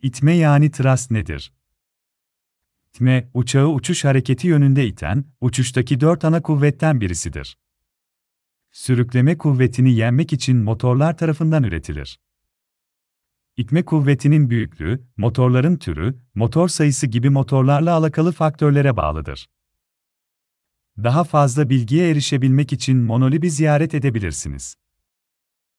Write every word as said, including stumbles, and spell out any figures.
İtme yani thrust nedir? İtme, uçağı uçuş hareketi yönünde iten, uçuştaki dört ana kuvvetten birisidir. Sürükleme kuvvetini yenmek için motorlar tarafından üretilir. İtme kuvvetinin büyüklüğü, motorların türü, motor sayısı gibi motorlarla alakalı faktörlere bağlıdır. Daha fazla bilgiye erişebilmek için Monolib'i ziyaret edebilirsiniz.